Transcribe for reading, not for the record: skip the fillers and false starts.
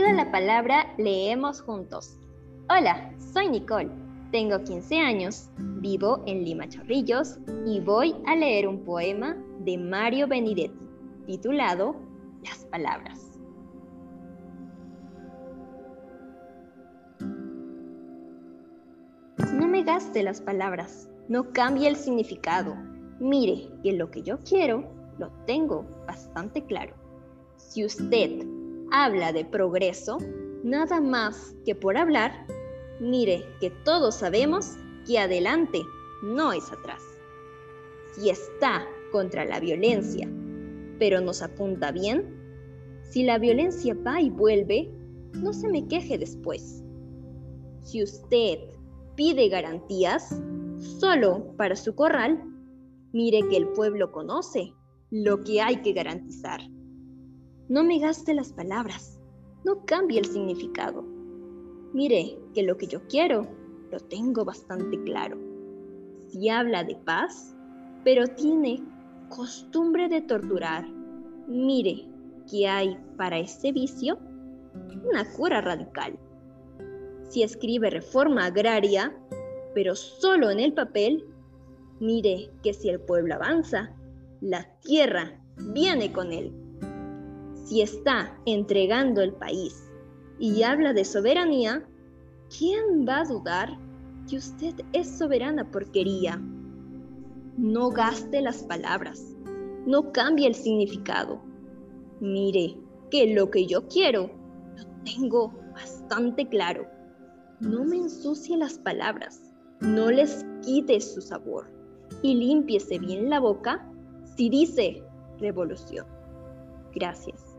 Pido la palabra Leemos Juntos. Hola, soy Nicole, tengo 15 años, vivo en Lima Chorrillos y voy a leer un poema de Mario Benedetti, titulado Las Palabras. No me gaste las palabras, no cambie el significado. Mire que lo que yo quiero lo tengo bastante claro. Si usted habla de progreso, nada más que por hablar, mire que todos sabemos que adelante no es atrás. Si está contra la violencia, pero nos apunta bien, si la violencia va y vuelve, no se me queje después. Si usted pide garantías solo para su corral, mire que el pueblo conoce lo que hay que garantizar. No me gaste las palabras, no cambie el significado. Mire que lo que yo quiero lo tengo bastante claro. Si habla de paz, pero tiene costumbre de torturar, mire que hay para ese vicio una cura radical. Si escribe reforma agraria, pero solo en el papel, mire que si el pueblo avanza, la tierra viene con él. Si está entregando el país y habla de soberanía, ¿quién va a dudar que usted es soberana porquería? No gaste las palabras, no cambie el significado. Mire que lo que yo quiero lo tengo bastante claro. No me ensucie las palabras, no les quite su sabor y límpiese bien la boca si dice revolución. Gracias.